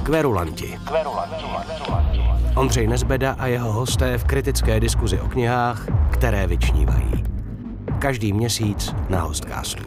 Kverulanti. Ondřej Nezbeda a jeho hosté v kritické diskuzi o knihách, které vyčnívají. Každý měsíc na Hostcastu.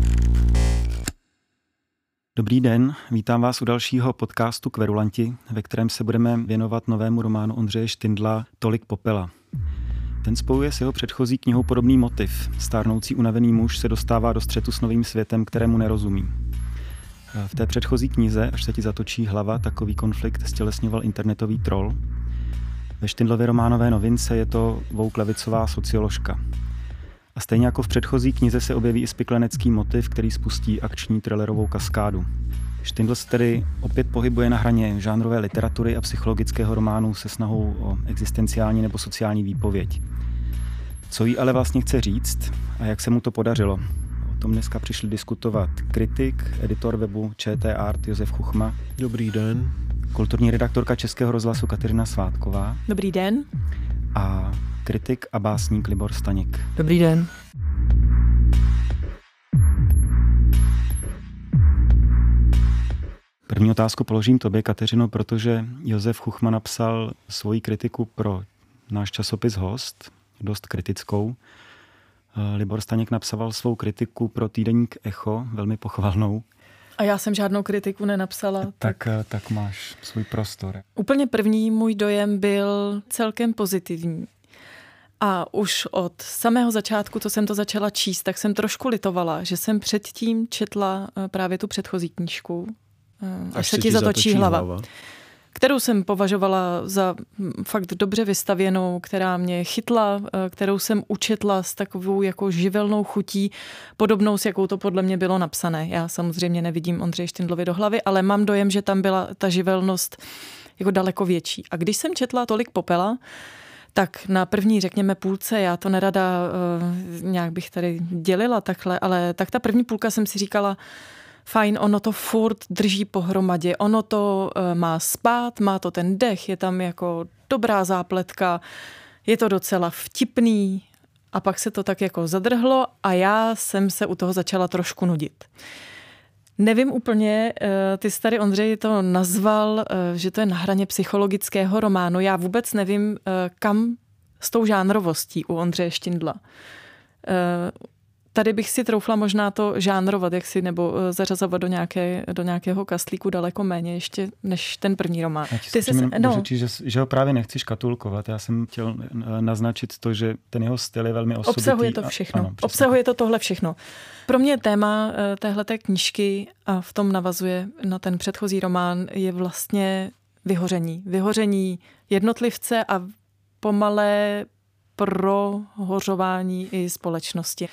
Dobrý den, vítám vás u dalšího podcastu Kverulanti, ve kterém se budeme věnovat novému románu Ondřeje Štindla Tolik popela. Ten spojuje s jeho předchozí knihou podobný motiv. Stárnoucí unavený muž se dostává do střetu s novým světem, kterému nerozumí. V té předchozí knize, Až se ti zatočí hlava, takový konflikt stělesňoval internetový troll. Ve Štindlově románové novince je to Vouk levicová socioložka. A stejně jako v předchozí knize se objeví i spiklenecký motiv, který spustí akční thrillerovou kaskádu. Štindl se tedy opět pohybuje na hraně žánrové literatury a psychologického románu se snahou o existenciální nebo sociální výpověď. Co jí ale vlastně chce říct a jak se mu to podařilo? O tom dneska přišli diskutovat kritik, editor webu ČT Art Josef Chuchma. Dobrý den. Kulturní redaktorka Českého rozhlasu Kateřina Svátková. Dobrý den. A kritik a básník Libor Staněk. Dobrý den. První otázku položím tobě, Kateřino, protože Josef Chuchma napsal svoji kritiku pro náš časopis Host, dost kritickou. Libor Staněk napsal svou kritiku pro týdeník Echo, velmi pochvalnou. A já jsem žádnou kritiku nenapsala. Tak máš svůj prostor. Úplně první můj dojem byl celkem pozitivní. A už od samého začátku, co jsem to začala číst, tak jsem trošku litovala, že jsem předtím četla právě tu předchozí knížku Až se ti zatočí hlava, kterou jsem považovala za fakt dobře vystavěnou, která mě chytla, kterou jsem učetla s takovou jako živelnou chutí, podobnou s jakou to podle mě bylo napsané. Já samozřejmě nevidím Ondřeje Štindlovi do hlavy, ale mám dojem, že tam byla ta živelnost jako daleko větší. A když jsem četla Tolik popela, tak na první, řekněme, půlce, já to nerada nějak bych tady dělila takhle, ale tak ta první půlka jsem si říkala, fajn, ono to furt drží pohromadě, ono to má spát, má to ten dech, je tam jako dobrá zápletka, je to docela vtipný a pak se to tak jako zadrhlo a já jsem se u toho začala trošku nudit. Nevím úplně, ty jsi tady, Ondřej, to nazval, že to je na hraně psychologického románu. Já vůbec nevím, kam s tou žánrovostí u Ondřeje Štindla. Tady bych si troufla možná to žánrovat, nebo zařazovat do nějakého kastlíku daleko méně ještě než ten první román. Že ho právě nechci škatulkovat. Já jsem chtěl naznačit to, že ten jeho styl je velmi osobitý. Obsahuje to všechno. Obsahuje to tohle všechno. Pro mě téma téhleté knížky, a v tom navazuje na ten předchozí román, je vlastně vyhoření. Vyhoření jednotlivce a pomalé prohořování i společnosti.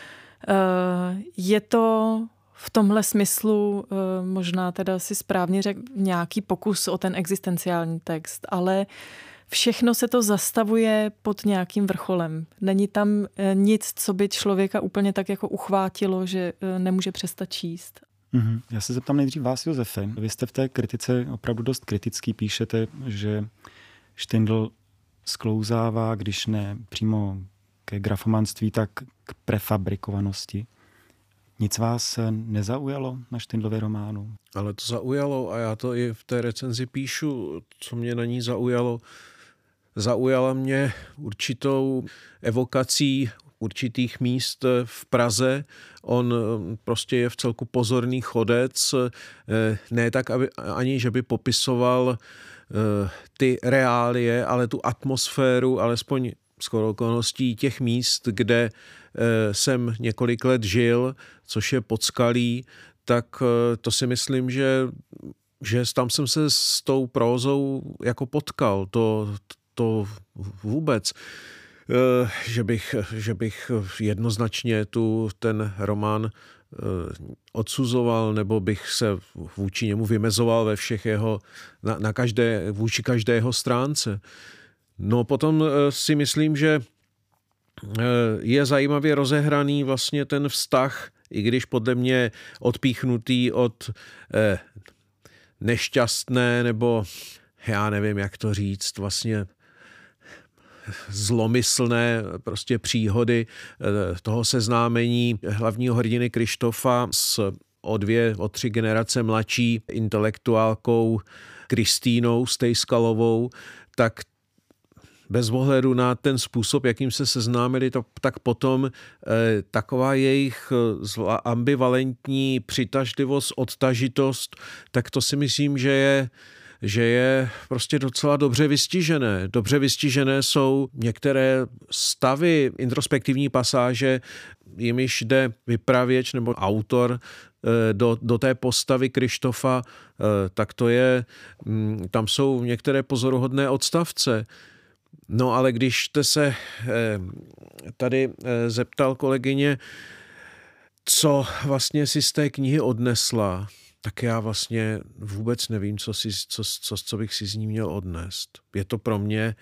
Je to v tomhle smyslu možná teda si správně řekl nějaký pokus o ten existenciální text, ale všechno se to zastavuje pod nějakým vrcholem. Není tam nic, co by člověka úplně tak jako uchvátilo, že nemůže přestat číst. Já se zeptám nejdřív vás, Josefe. Vy jste v té kritice opravdu dost kritický. Píšete, že Štindl sklouzává, když ne přímo ke grafomanství, tak k prefabrikovanosti. Nic vás nezaujalo na Štindlově románu? Ale to zaujalo a já to i v té recenzi píšu, co mě na ní zaujalo. Zaujala mě určitou evokací určitých míst v Praze. On prostě je v celku pozorný chodec, ne tak, ani že by popisoval ty reálie, ale tu atmosféru, alespoň shodou okolností těch míst, kde jsem několik let žil, což je Podskalí, tak to si myslím, že tam jsem se s tou prózou jako potkal. To vůbec. Že bych jednoznačně ten román odsuzoval, nebo bych se vůči němu vymezoval ve všech jeho, vůči každé jeho stránce. No potom si myslím, že je zajímavě rozehraný vlastně ten vztah, i když podle mě odpíchnutý od nešťastné, nebo já nevím, jak to říct, vlastně zlomyslné prostě příhody toho seznámení hlavního hrdiny Krištofa s o 3 generace mladší intelektuálkou Kristýnou Stejskalovou, tak bez ohledu na ten způsob, jakým se seznámili, tak potom taková jejich ambivalentní přitažlivost, odtažitost, tak to si myslím, že je prostě docela dobře vystižené. Dobře vystižené jsou některé stavy, introspektivní pasáže, jimiž jde vypravěč nebo autor do té postavy Krištofa, tak to je, tam jsou některé pozoruhodné odstavce. No ale když jste se tady zeptal kolegyně, co vlastně si z té knihy odnesla, tak já vlastně vůbec nevím, co bych si z ní měl odnést. Je to pro mě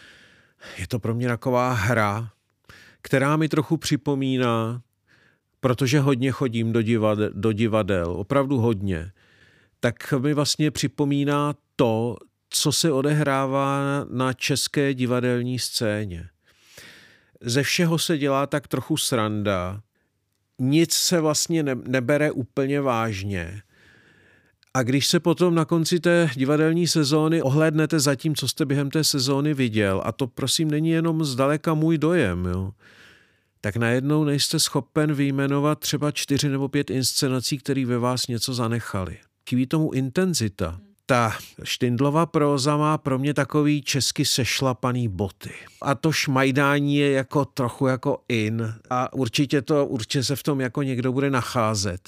taková hra, která mi trochu připomíná, protože hodně chodím do divadel, opravdu hodně, tak mi vlastně připomíná to, co se odehrává na české divadelní scéně. Ze všeho se dělá tak trochu sranda, nic se vlastně nebere úplně vážně. A když se potom na konci té divadelní sezóny ohlédnete za tím, co jste během té sezóny viděl, a to prosím není jenom zdaleka můj dojem, jo, tak najednou nejste schopen vyjmenovat třeba 4 nebo 5 inscenací, které ve vás něco zanechaly. Chybí tomu intenzita. Ta Štindlova próza má pro mě takový česky sešlapaný boty. A to šmajdání je jako trochu jako in. A určitě se v tom jako někdo bude nacházet.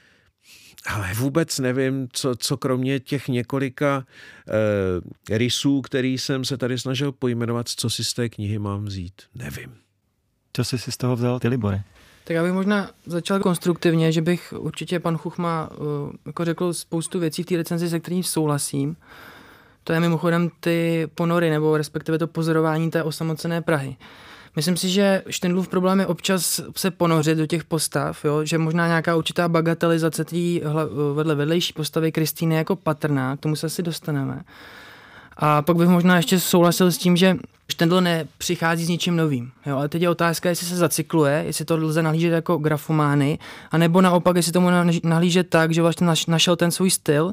Ale vůbec nevím, co kromě těch několika rysů, který jsem se tady snažil pojmenovat, co si z té knihy mám vzít. Nevím. Co jsi si z toho vzal ty, Libore? Tak já bych možná začal konstruktivně, že bych určitě pan Chuchma jako řekl spoustu věcí v té recenzi, se kterým souhlasím. To je mimochodem ty ponory, nebo respektive to pozorování té osamocené Prahy. Myslím si, že Štindlův problém je občas se ponořit do těch postav, jo? Že možná nějaká určitá bagatelizace té vedlejší postavy Kristýny jako patrná, k tomu se asi dostaneme. A pak bych možná ještě souhlasil s tím, že Štindl nepřichází s ničím novým. Jo? Ale teď je otázka, jestli se zacykluje, jestli to lze nahlížet jako grafomány, anebo naopak, jestli tomu nahlížet tak, že vlastně našel ten svůj styl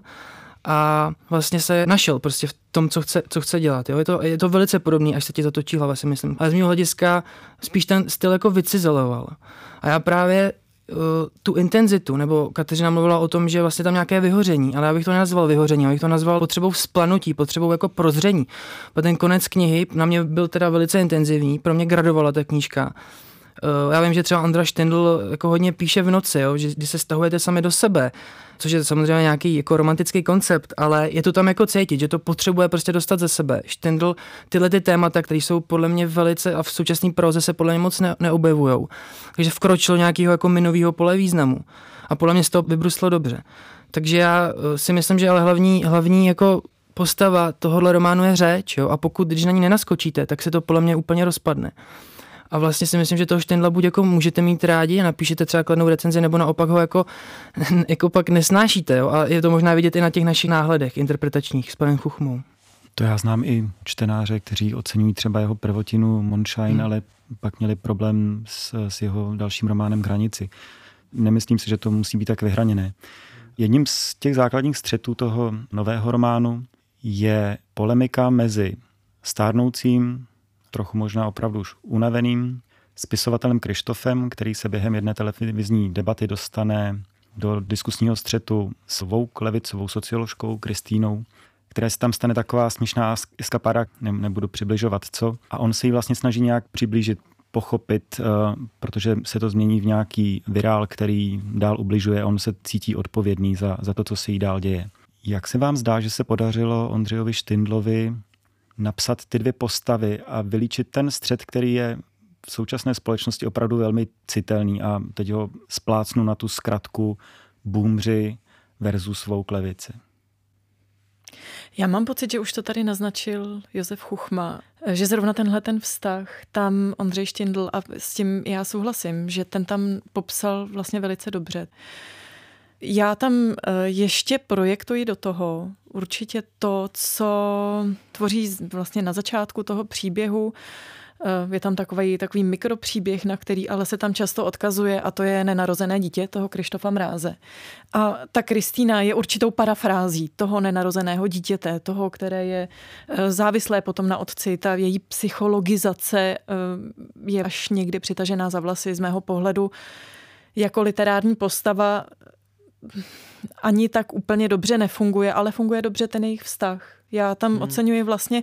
a vlastně se našel prostě v tom, co chce dělat. Jo? Je to velice podobný, až se ti zatočí hlava, si myslím. Ale z mého hlediska spíš ten styl jako vycizeloval. A já právě tu intenzitu, nebo Kateřina mluvila o tom, že vlastně tam nějaké vyhoření, ale já bych to nenazval vyhoření, já bych to nazval potřebou vzplanutí, potřebou jako prozření. A ten konec knihy na mě byl teda velice intenzivní, pro mě gradovala ta knížka. Já vím, že třeba Ondra Štindl jako hodně píše v noci, jo? Že když se stahujete sami do sebe, což je samozřejmě nějaký jako romantický koncept, ale je to tam jako cítit, že to potřebuje prostě dostat ze sebe. Štindl tyhle ty témata, které jsou podle mě velice a v současné próze se podle mě moc neobjevujou. Takže vkročilo nějakého jako minového pole významu. A podle mě z toho vybruslo dobře. Takže já si myslím, že ale hlavní jako postava tohohle románu je řeč, jo? A když na ní nenaskočíte, tak se to podle mě úplně rozpadne. A vlastně si myslím, že toho Štindla buď jako můžete mít rádi a napíšete třeba kladnou recenzi, nebo naopak ho jako pak nesnášíte. Jo? A je to možná vidět i na těch našich náhledech interpretačních s panem Chuchmou. To já znám i čtenáře, kteří oceňují třeba jeho prvotinu Monshine, ale pak měli problém s jeho dalším románem K hranici. Nemyslím si, že to musí být tak vyhraněné. Jedním z těch základních střetů toho nového románu je polemika mezi stárnoucím, trochu možná opravdu už unaveným spisovatelem Krištofem, který se během jedné televizní debaty dostane do diskusního střetu s levicovou socioložkou Kristýnou, které se tam stane taková směšná eskapáda, nebudu přibližovat co, a on se jí vlastně snaží nějak přiblížit, pochopit, protože se to změní v nějaký virál, který dál ubližuje, on se cítí odpovědný za to, co se jí dál děje. Jak se vám zdá, že se podařilo Ondřejovi Štindlovi napsat ty dvě postavy a vylíčit ten střet, který je v současné společnosti opravdu velmi citelný, a teď ho splácnu na tu zkratku Bůmři versus Vouklevici? Já mám pocit, že už to tady naznačil Josef Chuchma, že zrovna ten vztah tam Ondřej Štindl, a s tím já souhlasím, že ten tam popsal vlastně velice dobře. Já tam ještě projektuji do toho určitě to, co tvoří vlastně na začátku toho příběhu Je tam takový mikropříběh, na který ale se tam často odkazuje, a to je Nenarozené dítě toho Krištofa Mráze. A ta Kristýna je určitou parafrází toho nenarozeného dítěte, toho, které je závislé potom na otci. Ta její psychologizace je až někdy přitažená za vlasy z mého pohledu. Jako literární postava ani tak úplně dobře nefunguje, ale funguje dobře ten jejich vztah. Já tam oceňuji vlastně,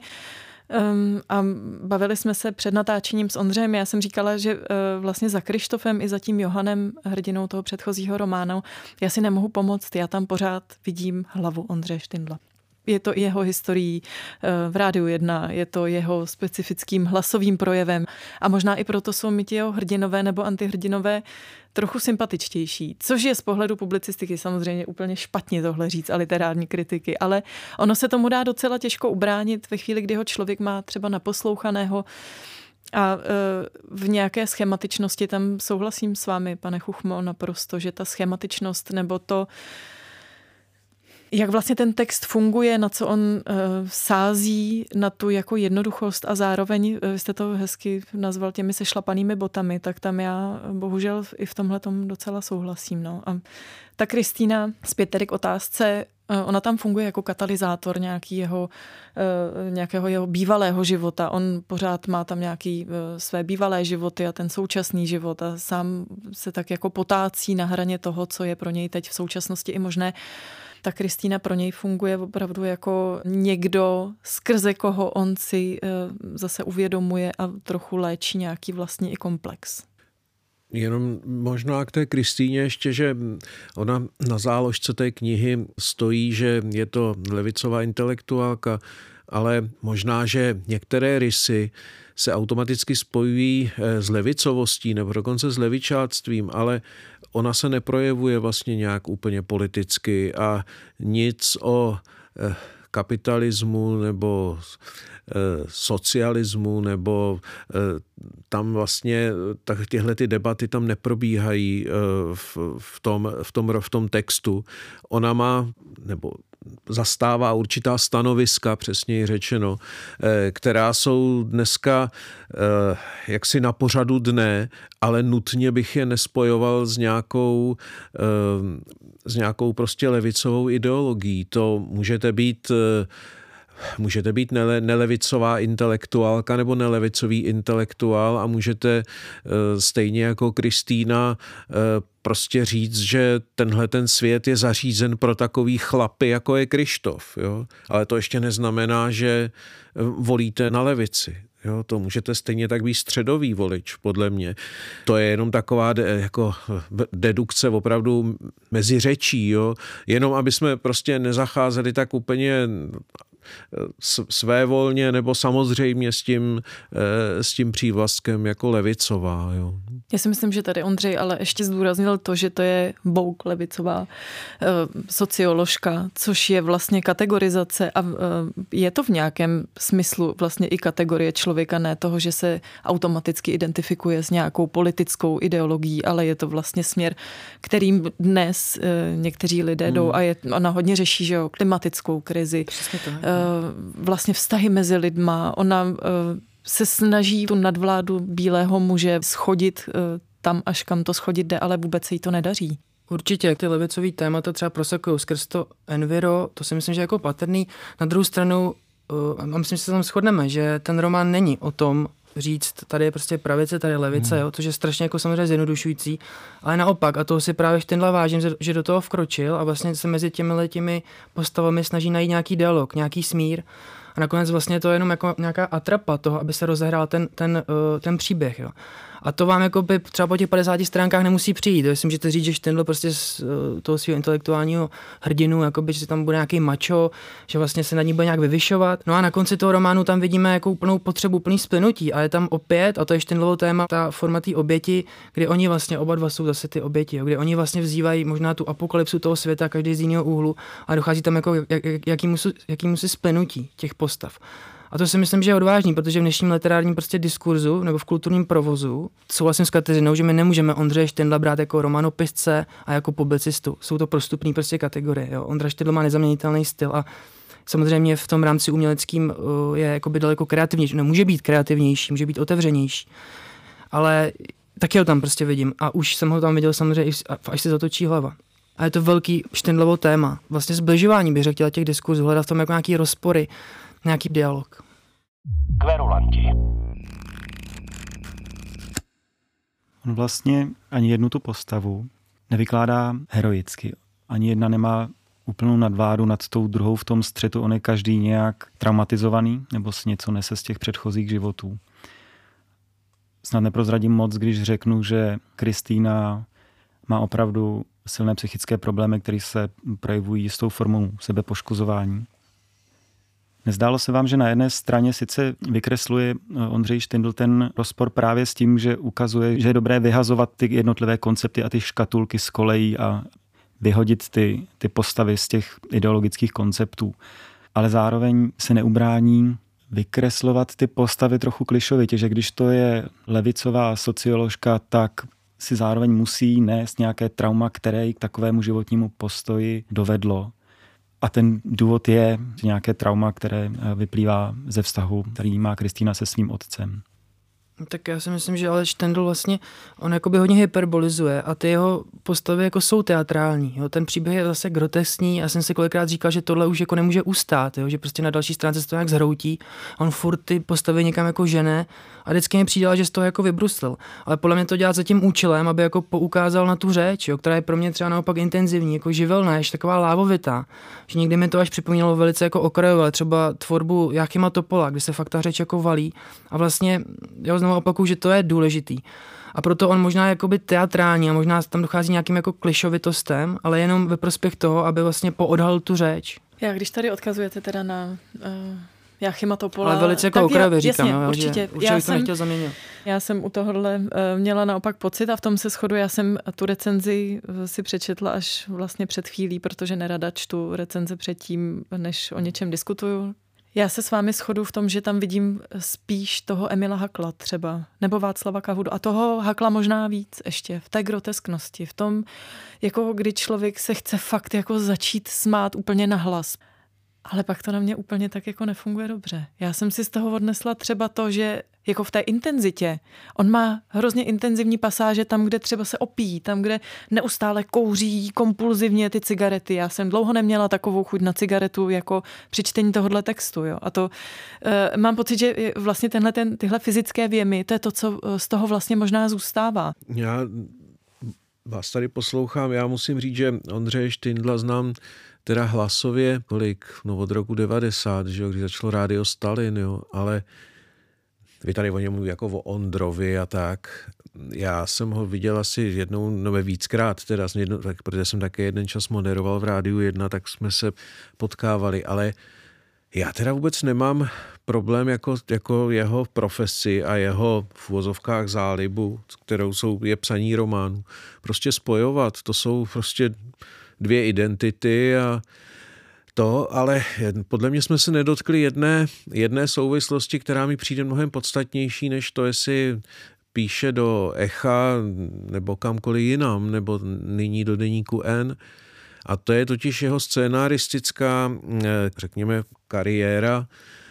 a bavili jsme se před natáčením s Ondřejem, já jsem říkala, že vlastně za Krištofem i za tím Johanem, hrdinou toho předchozího románu, já si nemohu pomoct, já tam pořád vidím hlavu Ondřeje Štindla. Je to jeho historií v Rádiu 1, je to jeho specifickým hlasovým projevem a možná i proto jsou mi ti jeho hrdinové nebo antihrdinové trochu sympatičtější, což je z pohledu publicistiky samozřejmě úplně špatně tohle říct a literární kritiky, ale ono se tomu dá docela těžko ubránit ve chvíli, kdy ho člověk má třeba naposlouchaného a v nějaké schematičnosti tam souhlasím s vámi, pane Chuchmo, naprosto, že ta schematičnost nebo to, jak vlastně ten text funguje, na co on sází, na tu jako jednoduchost a zároveň, jste to hezky nazval těmi sešlapanými botami, tak tam já bohužel i v tomhletom docela souhlasím. No. A ta Kristýna, zpět tedy k otázce, ona tam funguje jako katalyzátor nějakého jeho bývalého života. On pořád má tam nějaký své bývalé životy a ten současný život a sám se tak jako potácí na hraně toho, co je pro něj teď v současnosti i možné. Ta Kristýna pro něj funguje opravdu jako někdo, skrze koho on si zase uvědomuje a trochu léčí nějaký vlastní i komplex. Jenom možná k té Kristýně ještě, že ona na záložce té knihy stojí, že je to levicová intelektuálka, ale možná, že některé rysy se automaticky spojují s levicovostí nebo dokonce s levičáctvím, ale ona se neprojevuje vlastně nějak úplně politicky a nic o kapitalismu nebo socialismu nebo tam vlastně tyhle ty debaty tam neprobíhají v tom textu. Ona má nebo zastává určitá stanoviska, přesněji řečeno, která jsou dneska jaksi na pořadu dne, ale nutně bych je nespojoval s nějakou prostě levicovou ideologií. To můžete být nelevicová intelektuálka nebo nelevicový intelektuál a můžete stejně jako Kristýna prostě říct, že tenhle ten svět je zařízen pro takový chlapy, jako je Krištof. Jo? Ale to ještě neznamená, že volíte na levici. Jo, to můžete stejně tak být středový volič, podle mě. To je jenom taková jako dedukce opravdu mezi řečí, jo? Jenom aby jsme prostě nezacházeli tak úplně svévolně nebo samozřejmě s tím přívlastkem jako levicová. Jo. Já si myslím, že tady Ondřej ale ještě zdůraznil to, že to je Bouk levicová socioložka, což je vlastně kategorizace a je to v nějakém smyslu vlastně i kategorie člověka, ne toho, že se automaticky identifikuje s nějakou politickou ideologií, ale je to vlastně směr, kterým dnes někteří lidé jdou a ona hodně řeší, že jo, klimatickou krizi, vlastně vztahy mezi lidma. Ona se snaží tu nadvládu bílého muže schodit tam, až kam to schodit jde, ale vůbec se jí to nedaří. Určitě, ty levicový témata třeba prosakují skrz to enviro, to si myslím, že je jako patrný. Na druhou stranu, a myslím, že se tam shodneme, že ten román není o tom říct, tady je prostě pravice, tady je levice, jo, což je strašně jako samozřejmě zjednodušující, ale naopak, a toho si právě Štindla vážím, že do toho vkročil a vlastně se mezi těmi postavami snaží najít nějaký dialog, nějaký smír. A nakonec vlastně to je jenom jako nějaká atrapa toho, aby se rozehrál ten příběh. Jo. A to vám jako by třeba po těch 50 stránkách nemusí přijít. Jestli můžete říct, že Štindl prostě z toho svého intelektuálního hrdinu, jakoby, že tam bude nějaký mačo, že vlastně se nad ní bude nějak vyvyšovat. No a na konci toho románu tam vidíme jako úplnou potřebu, plný splynutí. A je tam opět, a to je Štindlovo téma, ta forma té oběti, kdy oni vlastně oba dva jsou zase ty oběti, jo, kdy oni vlastně vzývají možná tu apokalypsu toho světa, každý z jiného úhlu a dochází tam jako jakýmusi splynutí těch postav. A to si myslím, že je odvážný, protože v dnešním literárním prostě diskurzu nebo v kulturním provozu souhlasím s Kateřinou, že my nemůžeme Ondřeje Štindla brát jako romanopisce a jako publicistu. Jsou to prostupné prostě kategorie. Jo. Ondra Štindl má nezaměnitelný styl a samozřejmě v tom rámci uměleckým je jakoby daleko kreativnější, může být kreativnější, může být otevřenější, ale taky ho tam prostě vidím a už jsem ho tam viděl samozřejmě, až se zatočí hlava. A je to velký Štindlovo téma. Vlastně zbližování bych řekl těch diskuzů, hledat v tom jako nějaký rozpory, nějaký dialog. Kverulanti. On vlastně ani jednu tu postavu nevykládá heroicky. Ani jedna nemá úplnou nadvládu nad tou druhou v tom střetu. On je každý nějak traumatizovaný nebo si něco nese z těch předchozích životů. Snad neprozradím moc, když řeknu, že Kristýna má opravdu silné psychické problémy, které se projevují jistou formou sebepoškozování. Nezdálo se vám, že na jedné straně sice vykresluje Ondřej Štindl ten rozpor právě s tím, že ukazuje, že je dobré vyhazovat ty jednotlivé koncepty a ty škatulky z kolejí a vyhodit ty postavy z těch ideologických konceptů. Ale zároveň se neubrání vykreslovat ty postavy trochu klišovitě, že když to je levicová socioložka, tak si zároveň musí nést nějaké trauma, které k takovému životnímu postoji dovedlo. A ten důvod je nějaké trauma, které vyplývá ze vztahu, který má Kristýna se svým otcem. Tak já si myslím, že ale Štendl vlastně, on jakoby hodně hyperbolizuje a ty jeho postavy jako jsou teatrální. Jo? Ten příběh je zase groteskní. Já jsem si kolikrát říkal, že tohle už jako nemůže ustát, jo? Že prostě na další stránce se to nějak zhroutí. On furt ty postavy někam jako žene a vždycky mi přijde, že z toho jako vybruslil. Ale podle mě to dělá za tím účelem, aby jako poukázal na tu řeč, jo? Která je pro mě třeba naopak intenzivní, jako živelná, ještě taková lávovitá. Že někdy mi to až připomínalo velice jako okrajové, třeba tvorbu Jáchyma Topola, kdy se fakt ta řeč jako valí a vlastně znovu opakuju, že to je důležitý. A proto on možná je jakoby teatrální a možná tam dochází nějakým jako klišovitostem, ale jenom ve prospěch toho, aby vlastně poodhalil tu řeč. Já když tady odkazujete teda na Jáchyma Topola... Ale velice jako okrajově říkám, jasně, jo, určitě. Určitě bych to nechtěl zaměnit. Já jsem u tohohle měla naopak pocit a v tom se shodu, já jsem tu recenzi si přečetla až vlastně před chvílí, protože nerada čtu recenze předtím, než o něčem diskutuju. Já se s vámi shodu v tom, že tam vidím spíš toho Emila Hakla třeba, nebo Václava Kahudu. A toho Hakla možná víc ještě, v té grotesknosti, v tom, jako kdy člověk se chce fakt jako začít smát úplně nahlas. Ale pak to na mě úplně tak jako nefunguje dobře. Já jsem si z toho odnesla třeba to, že jako v té intenzitě, on má hrozně intenzivní pasáže tam, kde třeba se opíjí, tam, kde neustále kouří kompulzivně ty cigarety. Já jsem dlouho neměla takovou chuť na cigaretu jako při čtení tohohle textu. Jo. A to mám pocit, že vlastně tyhle fyzické věmy, to je to, co z toho vlastně možná zůstává. Já vás tady poslouchám, já musím říct, že Ondřeje Štindla znám teda hlasově od roku 90, že jo, kdy začalo Rádio Stalin, jo, ale vy tady o něm mluví jako o Ondrovi a tak. Já jsem ho viděl asi jednou, nebo víckrát, teda, protože jsem také jeden čas moderoval v Rádiu 1, tak jsme se potkávali, ale já teda vůbec nemám problém jako jeho profesi a jeho v uvozovkách zálibu, kterou je psaní románů, prostě spojovat. To jsou prostě dvě identity a to, ale podle mě jsme se nedotkli jedné souvislosti, která mi přijde mnohem podstatnější, než to, jestli píše do Echa nebo kamkoliv jinam, nebo nyní do deníku N. A to je totiž jeho scénaristická, řekněme, kariéra,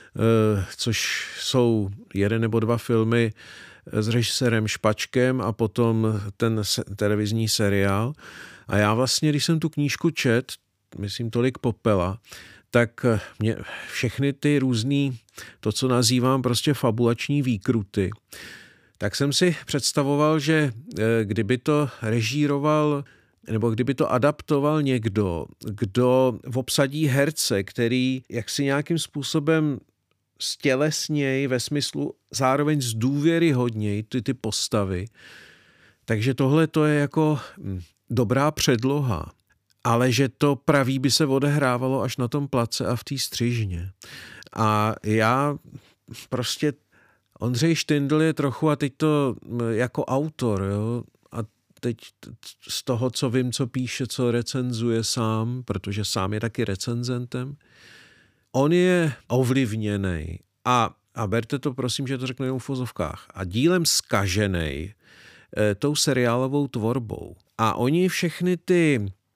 což jsou 1 nebo 2 filmy s režisérem Špačkem a potom ten televizní seriál. A já vlastně, když jsem tu knížku čet, myslím Tolik popela, tak mě všechny ty různý, to, co nazývám prostě fabulační výkruty, tak jsem si představoval, že kdyby to režíroval nebo kdyby to adaptoval někdo, kdo obsadí herce, který jaksi nějakým způsobem stělesněj ve smyslu zároveň zdůvěryhodněj ty postavy. Takže tohle to je jako dobrá předloha, ale že to pravý by se odehrávalo až na tom place a v té střižně. A já prostě Ondřej Štindl je trochu, a teď to jako autor, jo, a teď z toho, co vím, co píše, co recenzuje sám, protože sám je taky recenzentem, on je ovlivněnej a berte to, prosím, že to řeknu jenom v uvozovkách, a dílem zkaženej tou seriálovou tvorbou. A oni všechny ty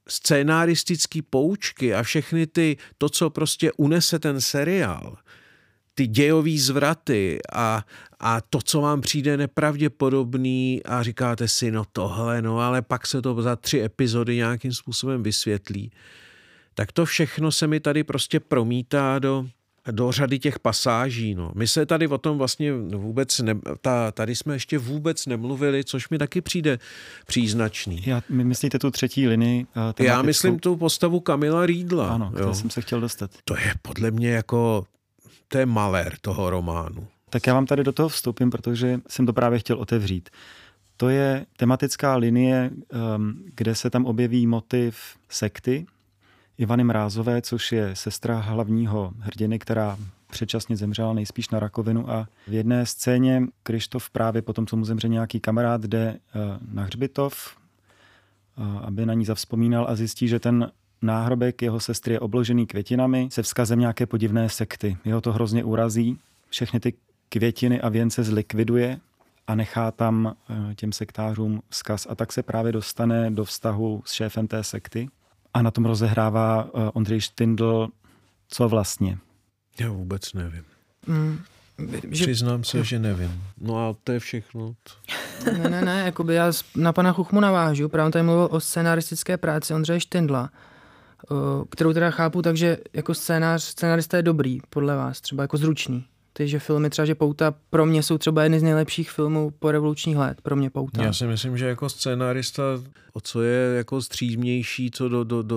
scénaristické poučky a všechny to, co prostě unese ten seriál, ty dějový zvraty a to, co vám přijde nepravděpodobný a říkáte si, no tohle, no ale pak se to za 3 epizody nějakým způsobem vysvětlí, tak to všechno se mi tady prostě promítá do řady těch pasáží. No. My se tady o tom vlastně vůbec tady jsme ještě vůbec nemluvili, což mi taky přijde příznačný. My myslíte tu třetí linii? Já myslím tu postavu Kamila Riedla. Ano, to jsem se chtěl dostat. To je podle mě jako, to je malér toho románu. Tak já vám tady do toho vstoupím, protože jsem to právě chtěl otevřít. To je tematická linie, kde se tam objeví motiv sekty Ivany Mrázové, což je sestra hlavního hrdiny, která předčasně zemřela nejspíš na rakovinu, a v jedné scéně Kryštof právě po tom, co mu zemře nějaký kamarád, jde na hřbitov, aby na ní zavzpomínal, a zjistí, že ten náhrobek jeho sestry je obložený květinami se vzkazem nějaké podivné sekty. Jeho to hrozně urazí, všechny ty květiny a věnce zlikviduje a nechá tam těm sektářům vzkaz, a tak se právě dostane do vztahu s šéfem té sekty. A na tom rozehrává Ondřej Štindl, co vlastně. Já vůbec nevím. Přiznám se, že nevím. No a to je všechno. Ne, jakoby já na pana Chuchmu navážu. Právě tady mluvil o scénaristické práci Ondřeje Štindla, kterou teda chápu, takže jako scénarista je dobrý, podle vás, třeba jako zručný. Že filmy třeba, že Pouta pro mě jsou třeba jedny z nejlepších filmů po revolučních let, pro mě Pouta. Já si myslím, že jako scénárista, o co je jako stříznější, co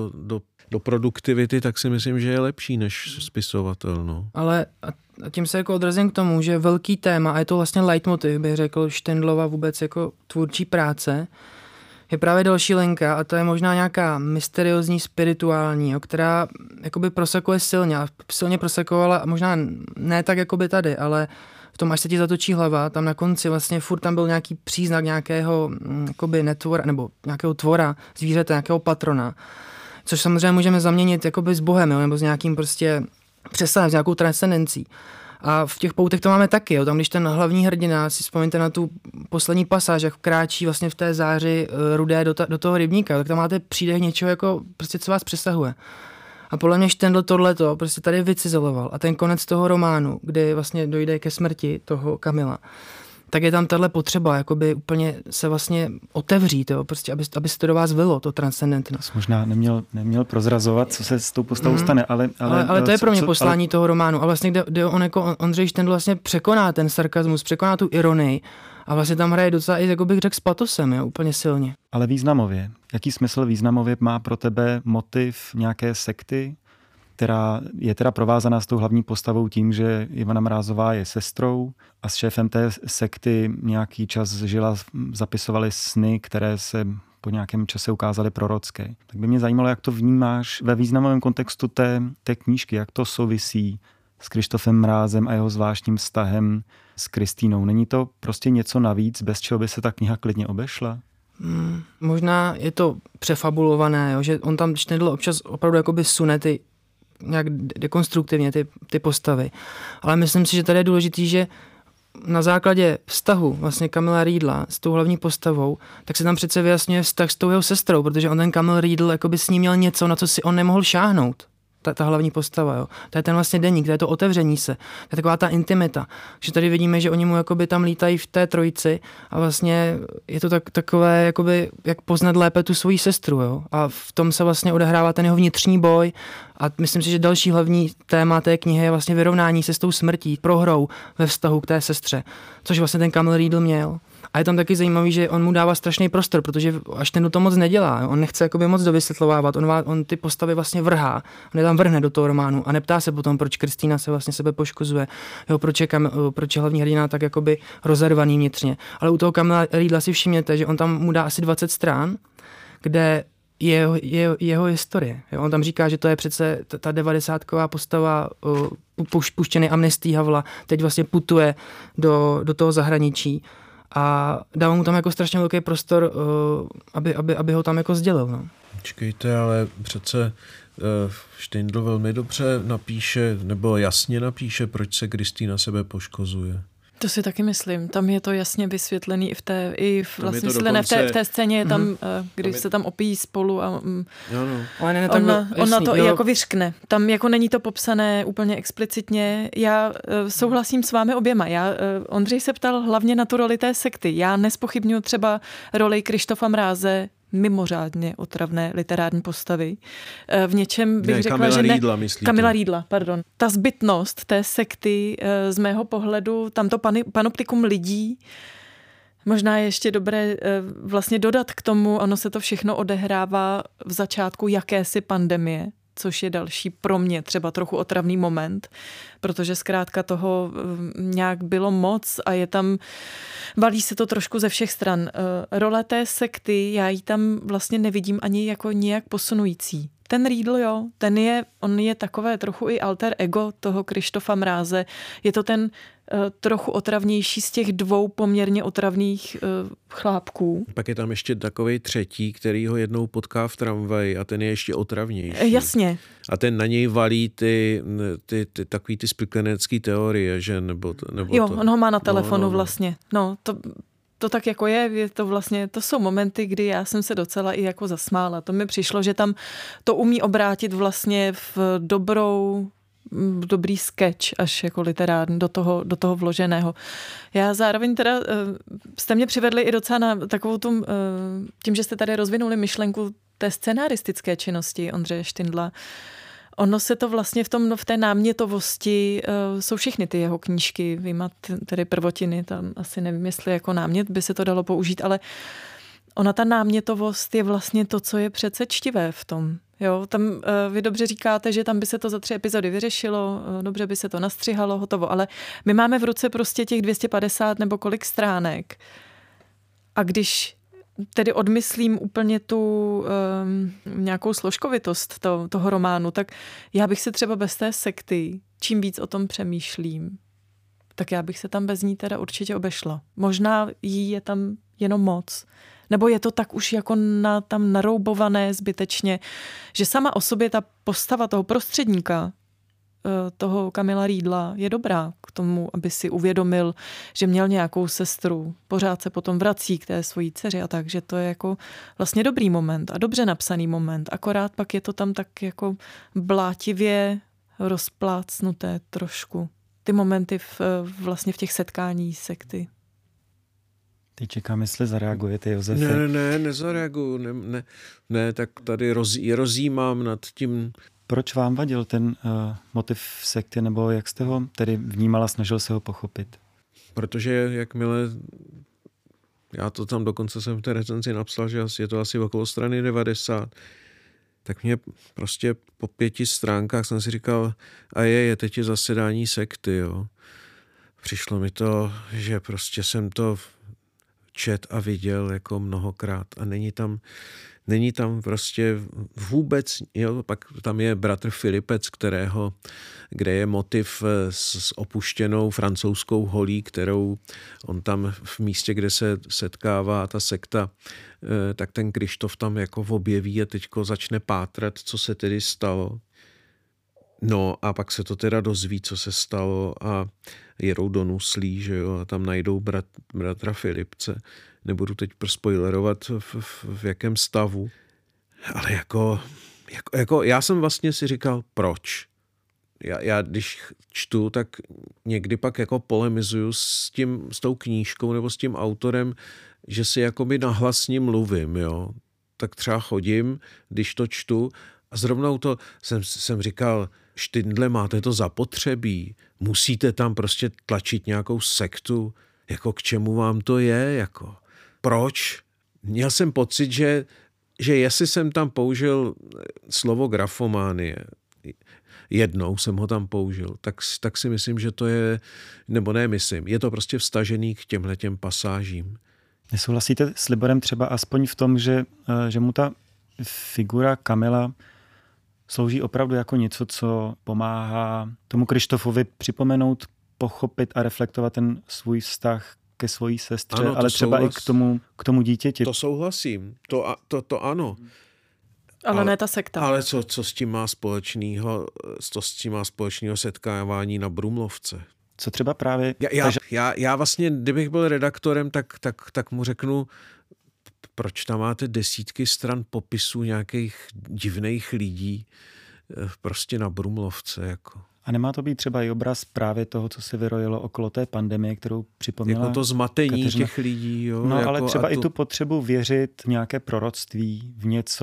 do produktivity, tak si myslím, že je lepší než spisovatel. No. Ale a tím se jako odrazím k tomu, že velký téma, a je to vlastně leitmotiv, bych řekl, Štindlova vůbec jako tvůrčí práce, je právě další linka, a to je možná nějaká mysteriózní, spirituální, která jakoby prosakuje silně, a silně prosakovala, možná ne tak jakoby tady, ale v tom, až se ti zatočí hlava, tam na konci vlastně furt tam byl nějaký příznak nějakého jakoby netvora, nebo nějakého tvora, zvířete, nějakého patrona, což samozřejmě můžeme zaměnit jakoby s Bohem, jo, nebo s nějakým prostě přesahem, s nějakou transcendencí. A v těch Poutech to máme taky, jo. Tam když ten hlavní hrdina, si vzpomeňte na tu poslední pasáž, jak kráčí vlastně v té záři rudé do toho rybníka, tak tam máte příběh něčeho, jako prostě co vás přesahuje. A podle mě Štindl tohleto prostě tady vycizeloval. A ten konec toho románu, kdy vlastně dojde ke smrti toho Kamila, tak je tam tahle potřeba, jakoby úplně se vlastně otevřít, jo, prostě, aby se to do vás vylilo, to transcendentnost. Možná neměl prozrazovat, co se s tou postavou stane, ale to je pro mě poslání toho románu. A vlastně kde on jako Ondřej Štindl vlastně překoná ten sarkazmus, překoná tu ironii a vlastně tam hraje docela i, jako bych řekl, s patosem, jo, úplně silně. Ale významově. Jaký smysl významově má pro tebe motiv nějaké sekty, která je teda provázaná s tou hlavní postavou tím, že Ivana Mrázová je sestrou a s šéfem té sekty nějaký čas žila, zapisovali sny, které se po nějakém čase ukázaly prorocké. Tak by mě zajímalo, jak to vnímáš ve významovém kontextu té knížky, jak to souvisí s Kryštofem Mrázem a jeho zvláštním vztahem s Kristýnou. Není to prostě něco navíc, bez čeho by se ta kniha klidně obešla? Možná je to přefabulované, jo, že on tam Štindl občas opravdu jakoby sune ty nějak dekonstruktivně ty postavy. Ale myslím si, že tady je důležitý, že na základě vztahu vlastně Kamila Riedla s tou hlavní postavou, tak se tam přece vyjasňuje vztah s tou jeho sestrou, protože on ten Kamil Riedl jakoby s ní měl něco, na co si on nemohl šáhnout. Ta hlavní postava, jo. To je ten vlastně deník, to je to otevření se, to je taková ta intimita. Že tady vidíme, že oni mu jakoby tam lítají v té trojici a vlastně je to takové, jakoby, jak poznat lépe tu svoji sestru, jo. A v tom se vlastně odehrává ten jeho vnitřní boj a myslím si, že další hlavní téma té knihy je vlastně vyrovnání se s tou smrtí, prohrou ve vztahu k té sestře, což vlastně ten Kamil Riedl měl. A je tam taky zajímavý, že on mu dává strašný prostor, protože až ten to moc nedělá. On nechce jakoby moc dovysvětlovávat, on ty postavy vlastně vrhá. On je tam vrhne do toho románu a neptá se potom, proč Kristýna se vlastně sebe poškozuje, jo, proč je hlavní hrdina tak jakoby rozervaný vnitřně. Ale u toho Kamila Riedla si všimněte, že on tam mu dá asi 20 strán, kde je jeho historie. Jo, on tam říká, že to je přece ta 90ková postava puštěný amnestí Havla, teď vlastně putuje do toho zahraničí. A dává mu tam jako strašně velký prostor, aby ho tam jako sdělil. No. Čekejte, ale přece Štindl velmi dobře napíše, nebo jasně napíše, proč se Kristýna sebe poškozuje. To si taky myslím. Tam je to jasně vysvětlený v té scéně, tam, když se tam opíjí spolu a ona to i jako vyřkne. Tam jako není to popsané úplně explicitně. Já souhlasím s vámi oběma. Ondřej se ptal hlavně na tu roli té sekty. Já nespochybnuju třeba roli Krištofa Mráze, mimořádně otravné literární postavy. V něčem bych řekla, Kamila že ne. Riedla, myslíte? Kamila Riedla, pardon. Ta zbytnost té sekty, z mého pohledu, tamto panoptikum lidí, možná je ještě dobré vlastně dodat k tomu, ono se to všechno odehrává v začátku jakési pandemie, což je další pro mě třeba trochu otravný moment, protože zkrátka toho nějak bylo moc a valí se to trošku ze všech stran. Role té sekty, já ji tam vlastně nevidím ani jako nějak posunující. Ten Riedl, jo, on je takové trochu i alter ego toho Krištofa Mráze. Je to ten trochu otravnější z těch dvou poměrně otravných chlápků. Pak je tam ještě takovej třetí, který ho jednou potká v tramvaji a ten je ještě otravnější. Jasně. A ten na něj valí ty takový ty spiklenecký teorie, že nebo jo, to. On ho má na telefonu vlastně. No, to tak jako je to vlastně, to jsou momenty, kdy já jsem se docela i jako zasmála. To mi přišlo, že tam to umí obrátit vlastně v dobrý sketch, až jako literární, do toho vloženého. Já zároveň teda, jste mě přivedli i docela na takovou tím, že jste tady rozvinuli myšlenku té scenaristické činnosti Ondřeje Štindla. Ono se to vlastně v té námětovosti jsou všechny ty jeho knížky, vyjma tedy prvotiny, tam asi nevím, jestli jako námět by se to dalo použít, ale ona ta námětovost je vlastně to, co je přece čtivé v tom. Jo, tam vy dobře říkáte, že tam by se to za 3 epizody vyřešilo, dobře by se to nastřihalo, hotovo, ale my máme v ruce prostě těch 250 nebo kolik stránek a když tedy odmyslím úplně tu nějakou složkovitost toho románu, tak já bych se třeba bez té sekty, čím víc o tom přemýšlím, tak já bych se tam bez ní teda určitě obešla. Možná jí je tam jenom moc. Nebo je to tak už jako tam naroubované zbytečně, že sama o sobě ta postava toho prostředníka, toho Kamila Riedla je dobrá k tomu, aby si uvědomil, že měl nějakou sestru. Pořád se potom vrací k té svojí dceři a tak, že to je jako vlastně dobrý moment a dobře napsaný moment. Akorát pak je to tam tak jako blátivě rozplácnuté trošku. Ty momenty vlastně v těch setkání sekty. Teď čekám, jestli zareagujete, Josefe. Ne, nezareaguju. Ne, tak tady rozjímám nad tím. Proč vám vadil ten motiv sekty, nebo jak jste ho tedy vnímala, snažil se ho pochopit? Protože jakmile, já to tam dokonce jsem v té recenzi napsal, že je to asi okolo strany 90, tak mě prostě po 5 stránkách jsem si říkal, a teď je zasedání sekty, jo. Přišlo mi to, že prostě jsem to čet a viděl jako mnohokrát a není tam prostě vůbec, jo, pak tam je bratr Filipec, kde je motiv s opuštěnou francouzskou holí, kterou on tam v místě, kde se setkává ta sekta, tak ten Krištof tam jako objeví a teďko začne pátrat, co se tedy stalo. No a pak se to teda dozví, co se stalo a jedou do Nuslí, že jo, a tam najdou bratra Filipce. Nebudu teď spoilerovat v jakém stavu, ale jako já jsem vlastně si říkal, proč? Já když čtu, tak někdy pak jako polemizuju s tou knížkou nebo s tím autorem, že si jakoby nahlas s ním mluvím, jo. Tak třeba chodím, když to čtu a zrovna to jsem říkal, Štindle, máte to zapotřebí, musíte tam prostě tlačit nějakou sektu, jako k čemu vám to je, jako proč? Měl jsem pocit, že jestli jsem tam použil slovo grafománie, jednou jsem ho tam použil, tak si myslím, že to je, nebo ne myslím, je to prostě vstažený k těmhletěm pasážím. Nesouhlasíte s Liborem třeba aspoň v tom, že mu ta figura Kamila slouží opravdu jako něco, co pomáhá tomu Krištofovi připomenout, pochopit a reflektovat ten svůj vztah ke svojí sestře, ano, ale třeba i k tomu dítěti. To souhlasím, to ano. Ale ne ta sekta. Ale co s tím má společného setkávání na Brumlovce? Co třeba právě... Já vlastně, kdybych byl redaktorem, tak mu řeknu, proč tam máte desítky stran popisů nějakých divných lidí prostě na Brumlovce, jako. A nemá to být třeba i obraz právě toho, co se vyrojilo okolo té pandemie, kterou připomněla jako to zmatení Kateřina. těch lidí. Jo? No jako, ale třeba i tu potřebu věřit v nějaké proroctví,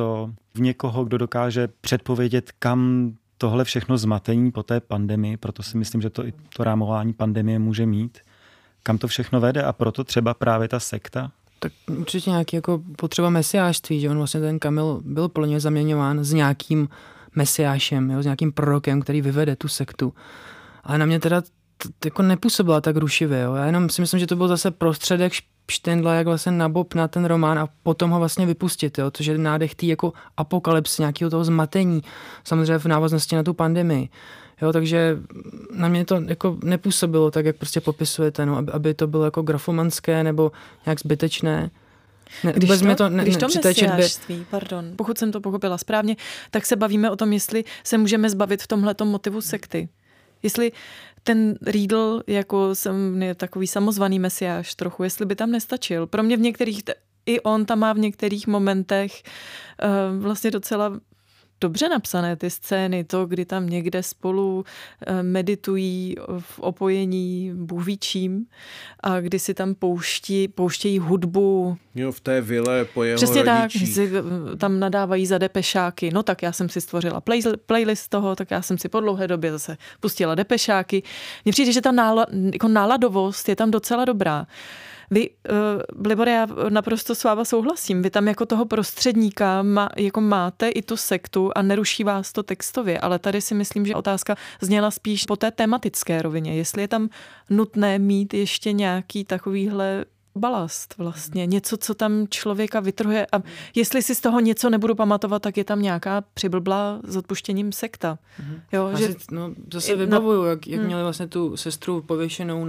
v někoho, kdo dokáže předpovědět, kam tohle všechno zmatení po té pandemii, proto si myslím, že to i to rámování pandemie může mít, kam to všechno vede a proto třeba právě ta sekta. Tak určitě nějaký jako potřeba mesiášství, že on vlastně ten Kamil byl plně zaměňován s nějakým mesiášem, jo, s nějakým prorokem, který vyvede tu sektu. Ale na mě teda jako nepůsobila tak rušivě. Jo. Já jenom si myslím, že to byl zase prostředek Štindla, jak vlastně nabob na ten román a potom ho vlastně vypustit. Jo. Což je nádech tý jako apokalypsy, nějakého toho zmatení, samozřejmě v návaznosti na tu pandemii. Jo, takže na mě to jako nepůsobilo tak, jak prostě popisujete, no, aby to bylo jako grafomanské nebo nějak zbytečné. Když to mesiášství, pokud jsem to pochopila správně, tak se bavíme o tom, jestli se můžeme zbavit v tomhletom motivu sekty. Jestli ten Riedl jako je takový samozvaný mesiáš trochu, jestli by tam nestačil. Pro mě v některých, i on tam má v některých momentech vlastně docela dobře napsané ty scény, to, kdy tam někde spolu meditují v opojení Bůh ví čím a kdy si tam pouštějí hudbu. Jo, v té vile po jeho Přesně rodičích. tak, si tam nadávají za depešáky. No tak já jsem si stvořila playlist toho, tak já jsem si po dlouhé době zase pustila depešáky. Mně přijde, že ta náladovost je tam docela dobrá. Vy, Libore, já naprosto s váma souhlasím. Vy tam jako toho prostředníka jako máte i tu sektu a neruší vás to textově, ale tady si myslím, že otázka zněla spíš po té tematické rovině. Jestli je tam nutné mít ještě nějaký takovýhle balast vlastně. Něco, co tam člověka vytrhuje a jestli si z toho něco nebudu pamatovat, tak je tam nějaká přiblblá s odpuštěním sekta. Jo, že, zase vybavuju, jak měli vlastně tu sestru pověšenou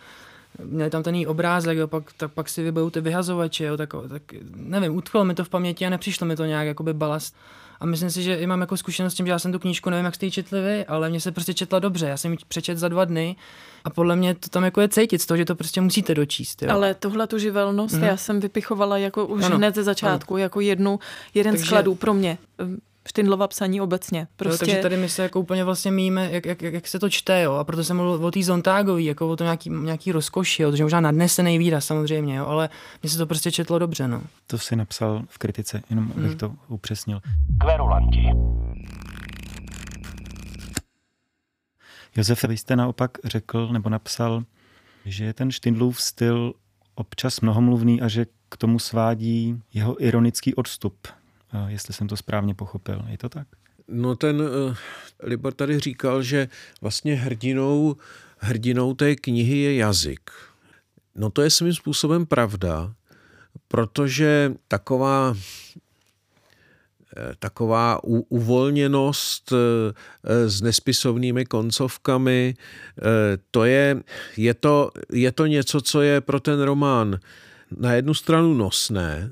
měli tam ten její obrázek, jo, pak si vybavují ty vyhazovače, jo, tak nevím, utkvělo mi to v paměti a nepřišlo mi to nějak jakoby balast. A myslím si, že mám jako zkušenost s tím, že já jsem tu knížku, nevím, jak jste ji četli vy, ale mě se prostě četla dobře. Já jsem ji přečet za 2 dny a podle mě to tam jako je cítit z toho, že to prostě musíte dočíst. Jo. Ale tuhle tu živelnost já jsem vypichovala jako už hned ze začátku, jako jeden z kladů pro mě. Štindlova psaní obecně. Prostě... Jo, takže tady my se jako úplně vlastně míme, jak se to čte, jo, a proto jsem mluvil o té Zontágový, jako o tom nějaký rozkoši, jo, to je možná nadnesený výraz samozřejmě, jo, ale mně se to prostě četlo dobře, no. To si napsal v kritice, jenom abych to upřesnil. Kverulanti. Josefe, vy jste naopak řekl nebo napsal, že je ten Štindlův styl občas mnohomluvný a že k tomu svádí jeho ironický odstup. Jestli jsem to správně pochopil. Je to tak? No Libor tady říkal, že vlastně hrdinou té knihy je jazyk. No to je svým způsobem pravda, protože taková uvolněnost s nespisovnými koncovkami, je to něco, co je pro ten román na jednu stranu nosné.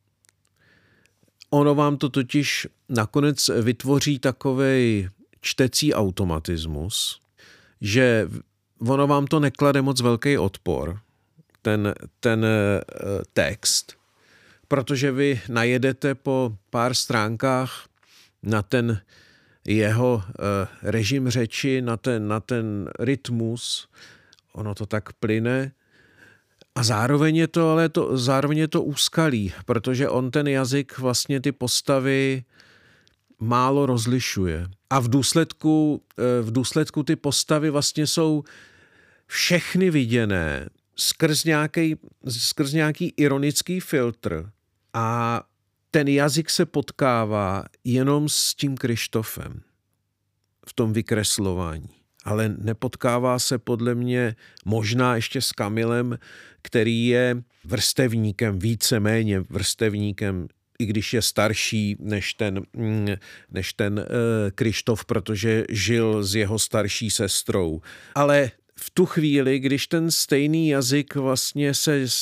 Ono vám to totiž nakonec vytvoří takovej čtecí automatismus, že ono vám to neklade moc velký odpor, ten text, protože vy najedete po pár stránkách na ten jeho režim řeči, na ten rytmus, ono to tak plyne. A zároveň je to úskalí, protože on ten jazyk vlastně ty postavy málo rozlišuje. A v důsledku ty postavy vlastně jsou všechny viděné skrz nějaký ironický filtr. A ten jazyk se potkává jenom s tím Krištofem v tom vykreslování. Ale nepotkává se podle mě možná ještě s Kamilem, který je vrstevníkem, víceméně vrstevníkem, i když je starší než ten Krištof, protože žil s jeho starší sestrou. Ale v tu chvíli, když ten stejný jazyk vlastně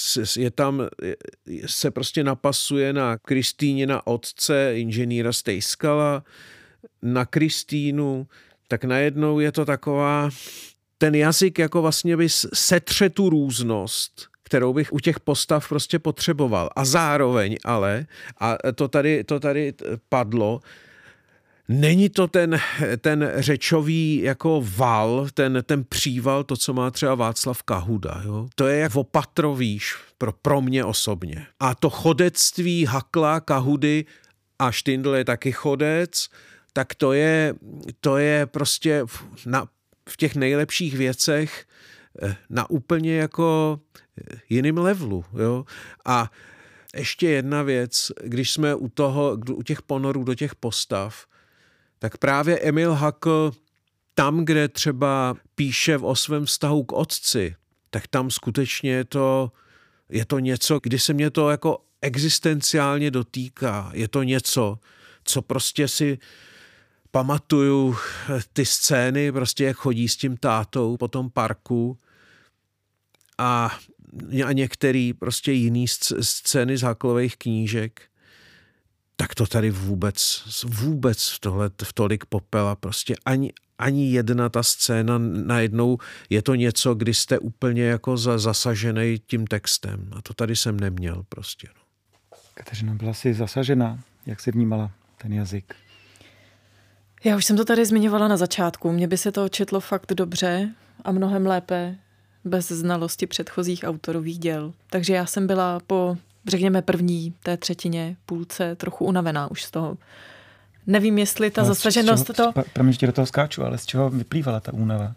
se prostě napasuje na Kristýnina otce, inženýra Stejskala, na Kristýnu, tak najednou je to taková ten jazyk jako vlastně by setře tu různost, kterou bych u těch postav prostě potřeboval. A zároveň ale, a to tady padlo, není to ten řečový jako val, ten příval, to, co má třeba Václav Kahuda. Jo? To je jak opatrovýš pro mě osobně. A to chodectví Hakla, Kahudy a Štindl je taky chodec, tak to je prostě v těch nejlepších věcech na úplně jako jiným levelu. Jo? A ještě jedna věc, když jsme u těch ponorů do těch postav, tak právě Emil Hakl tam, kde třeba píše o svém vztahu k otci, tak tam skutečně je to něco, kdy se mě to jako existenciálně dotýká. Je to něco, co prostě si pamatuju ty scény, prostě jak chodí s tím tátou po tom parku a některé prostě jiný scény z Haklových knížek. Tak to tady vůbec v Tolik popela prostě ani jedna ta scéna najednou je to něco, kdy jste úplně jako zasažený tím textem. A to tady jsem neměl prostě. No. Kateřino, byla jsi zasažená? Jak jsi vnímala ten jazyk? Já už jsem to tady zmiňovala na začátku. Mně by se to četlo fakt dobře a mnohem lépe bez znalosti předchozích autorových děl. Takže já jsem byla po, řekněme, první té třetině, půlce trochu unavená už z toho. Nevím, jestli ta zasaženost Promiň, že do toho skáču, ale z čeho vyplývala ta únava?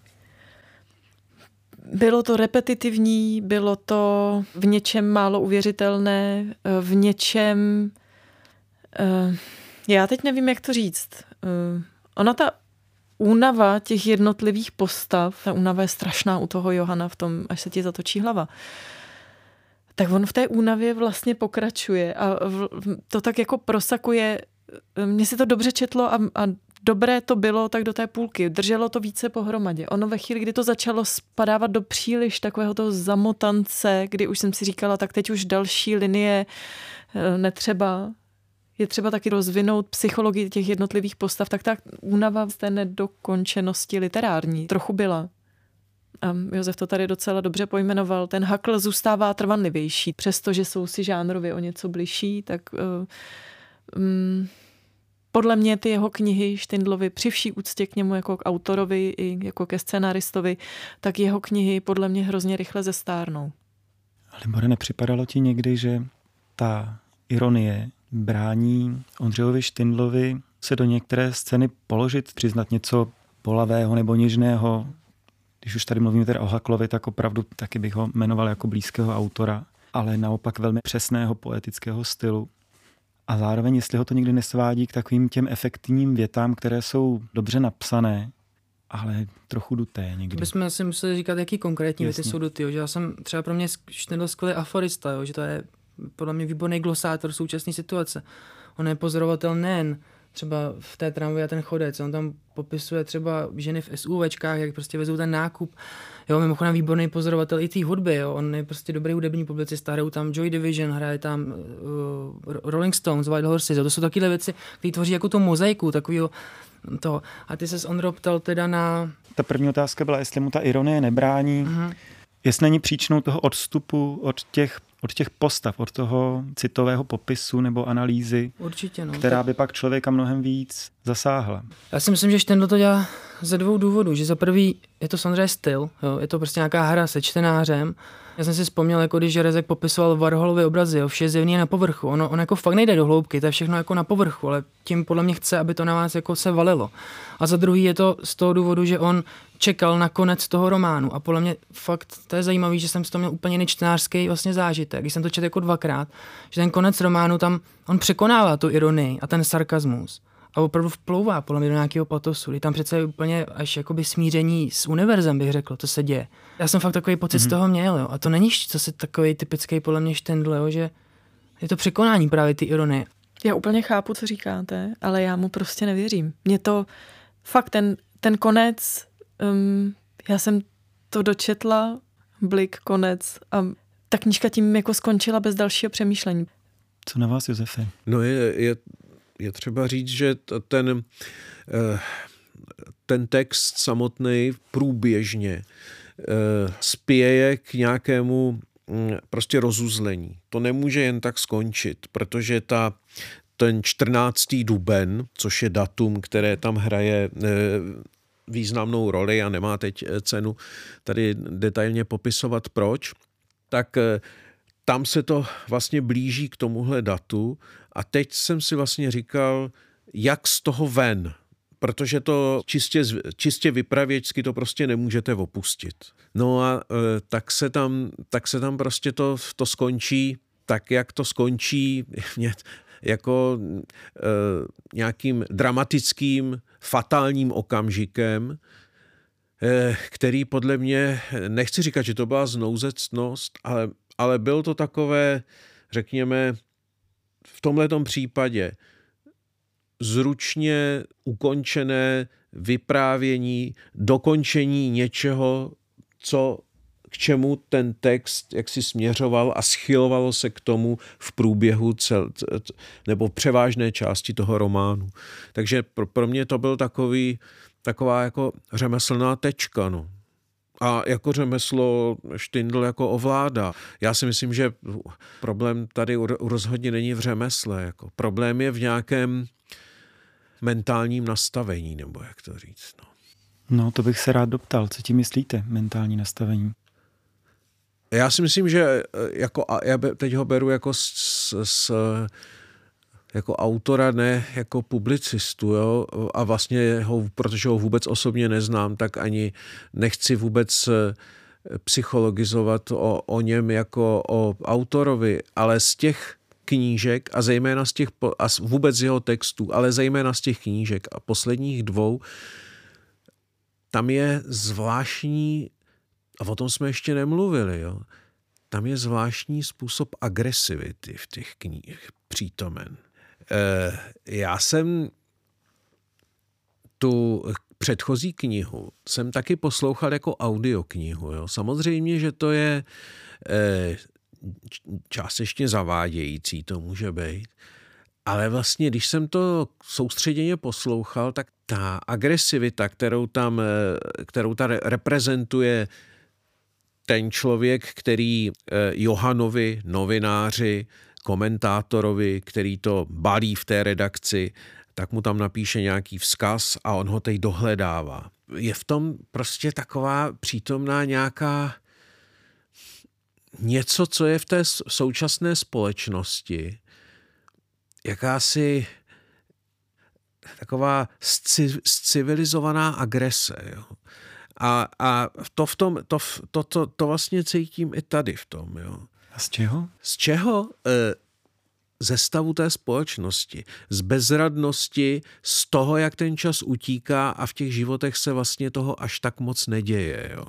Bylo to repetitivní, bylo to v něčem málo uvěřitelné, v něčem... Já teď nevím, jak to říct. Ona ta únava těch jednotlivých postav, ta únava je strašná u toho Johana v tom, až se ti zatočí hlava. Tak on v té únavě vlastně pokračuje a to tak jako prosakuje. Mně se to dobře četlo a dobré to bylo tak do té půlky. Drželo to více pohromadě. Ono ve chvíli, kdy to začalo spadávat do příliš takového toho zamotance, kdy už jsem si říkala, tak teď už další linie netřeba. Je třeba taky rozvinout psychologii těch jednotlivých postav, tak ta únava z té nedokončenosti literární trochu byla. A Josef to tady docela dobře pojmenoval. Ten Hakl zůstává trvanlivější. Přestože jsou si žánrově o něco bližší, tak podle mě ty jeho knihy Štindlovi, při vší úctě k němu jako k autorovi i jako ke scénáristovi, tak jeho knihy podle mě hrozně rychle zestárnou. Libore, nepřipadalo ti někdy, že ta ironie brání Ondřejovi Štindlovi se do některé scény položit, přiznat něco bolavého nebo něžného? Když už tady mluvíme teda o Haklovi, tak opravdu taky bych ho jmenoval jako blízkého autora, ale naopak velmi přesného poetického stylu. A zároveň, jestli ho to někdy nesvádí k takovým těm efektivním větám, které jsou dobře napsané, ale trochu duté někdy. To bychom asi museli říkat, jaký konkrétní věty jsou duty. Že já jsem třeba pro mě Štindl skvělý aforista, jo, že to je podle mě výborný glosátor současné situace. On je pozorovatel nejen třeba v té tramvaji a ten chodec, on tam popisuje třeba ženy v SUVčkách, jak prostě vezou ten nákup. Jo, mimochodem výborný pozorovatel i té hudby, jo, on je prostě dobrý hudební publicista, hrajou tam Joy Division, hraje tam Rolling Stones, White Horses, jo, to jsou takové věci, které tvoří jako tu mozaiku, takovýho toho. A ty ses, Ondro, ptal teda na... Ta první otázka byla, jestli mu ta ironie nebrání, jestli není příčinou toho odstupu od těch postav, od toho citového popisu nebo analýzy, určitě, no, která by pak člověka mnohem víc zasáhla. Já si myslím, že Štindl to dělá ze dvou důvodů, že za prvý je to samozřejmě styl, jo? Je to prostě nějaká hra se čtenářem. Já jsem si vzpomněl, jako když Rezek popisoval Warholovy obrazy, jo? Vše zjevně na povrchu. On jako fakt nejde do hloubky, to je všechno jako na povrchu, ale tím podle mě chce, aby to na vás jako se valilo. A za druhý je to z toho důvodu, že on čekal na konec toho románu a podle mě fakt to je zajímavý, že jsem z toho měl úplně nečtenářský vlastně zážitek, když jsem to četl jako dvakrát, že ten konec románu tam on překonává tu ironii a ten sarkazmus. A opravdu vplouvá podle mě do nějakého patosu, kdy tam přece je úplně až jakoby smíření s univerzem, bych řekl, to se děje. Já jsem fakt takový pocit z toho měl, jo. A to není zase takový typický podle mě Štindl, jo, že je to překonání právě ty ironie. Já úplně chápu, co říkáte, ale já mu prostě nevěřím. Mě to fakt ten konec, já jsem to dočetla, blik, konec a ta knížka tím jako skončila bez dalšího přemýšlení. Co na vás, Josefe? No je třeba říct, že ten text samotný průběžně spěje k nějakému prostě rozuzlení. To nemůže jen tak skončit, protože ten 14. duben, což je datum, které tam hraje významnou roli a nemá teď cenu tady detailně popisovat proč, tak tam se to vlastně blíží k tomuhle datu a teď jsem si vlastně říkal, jak z toho ven, protože to čistě vypravěčsky to prostě nemůžete opustit. No a tak se tam prostě to skončí tak, jak to skončí jako nějakým dramatickým, fatálním okamžikem, který podle mě, nechci říkat, že to byla znouzectnost, ale bylo to takové, řekněme, v tomhletom případě zručně ukončené vyprávění, dokončení něčeho, k čemu ten text jaksi směřoval a schylovalo se k tomu v průběhu nebo převážné části toho románu. Takže pro mě to byl taková jako řemeslná tečka. No. A jako řemeslo Štindl jako ovládá. Já si myslím, že problém tady rozhodně není v řemesle. Jako. Problém je v nějakém mentálním nastavení, nebo jak to říct. No, to bych se rád doptal. Co ti myslíte, mentální nastavení? Já si myslím, že já teď ho beru jako jako autora, ne jako publicistu, jo? A vlastně protože ho vůbec osobně neznám, tak ani nechci vůbec psychologizovat o něm jako o autorovi, ale z těch knížek a zejména a vůbec z jeho textů, ale zejména z těch knížek a posledních dvou, tam je zvláštní, a o tom jsme ještě nemluvili, jo? Tam je zvláštní způsob agresivity v těch knihách přítomen. Já jsem tu předchozí knihu jsem taky poslouchal jako audioknihu. Jo? Samozřejmě, že to je částečně zavádějící, to může být. Ale vlastně, když jsem to soustředěně poslouchal, tak ta agresivita, kterou tam reprezentuje ten člověk, který Johanovi, novináři, komentátorovi, který to balí v té redakci, tak mu tam napíše nějaký vzkaz a on ho teď dohledává. Je v tom prostě taková přítomná nějaká něco, co je v té současné společnosti, jakási taková civilizovaná agrese. Jo. A to vlastně cítím i tady v tom. Jo. A z čeho? Z čeho? Ze stavu té společnosti, z bezradnosti, z toho, jak ten čas utíká a v těch životech se vlastně toho až tak moc neděje. Jo.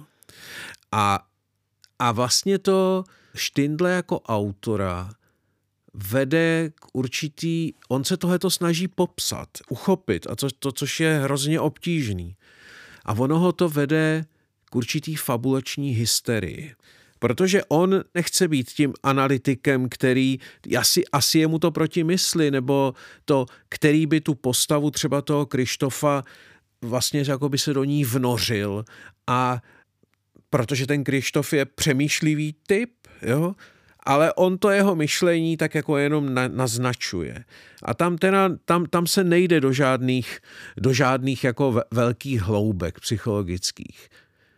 A vlastně to Štindle jako autora vede k určitý, on se tohleto snaží popsat, uchopit, a což je hrozně obtížný. A ono ho to vede k určitý fabulační hysterii. Protože on nechce být tím analytikem, který asi je mu to proti mysli, nebo to, který by tu postavu třeba toho Krištofa vlastně jako by se do ní vnořil. A protože ten Krištof je přemýšlivý typ, jo, ale on to jeho myšlení tak jako jenom naznačuje. A tam se nejde do žádných jako velkých hloubek psychologických.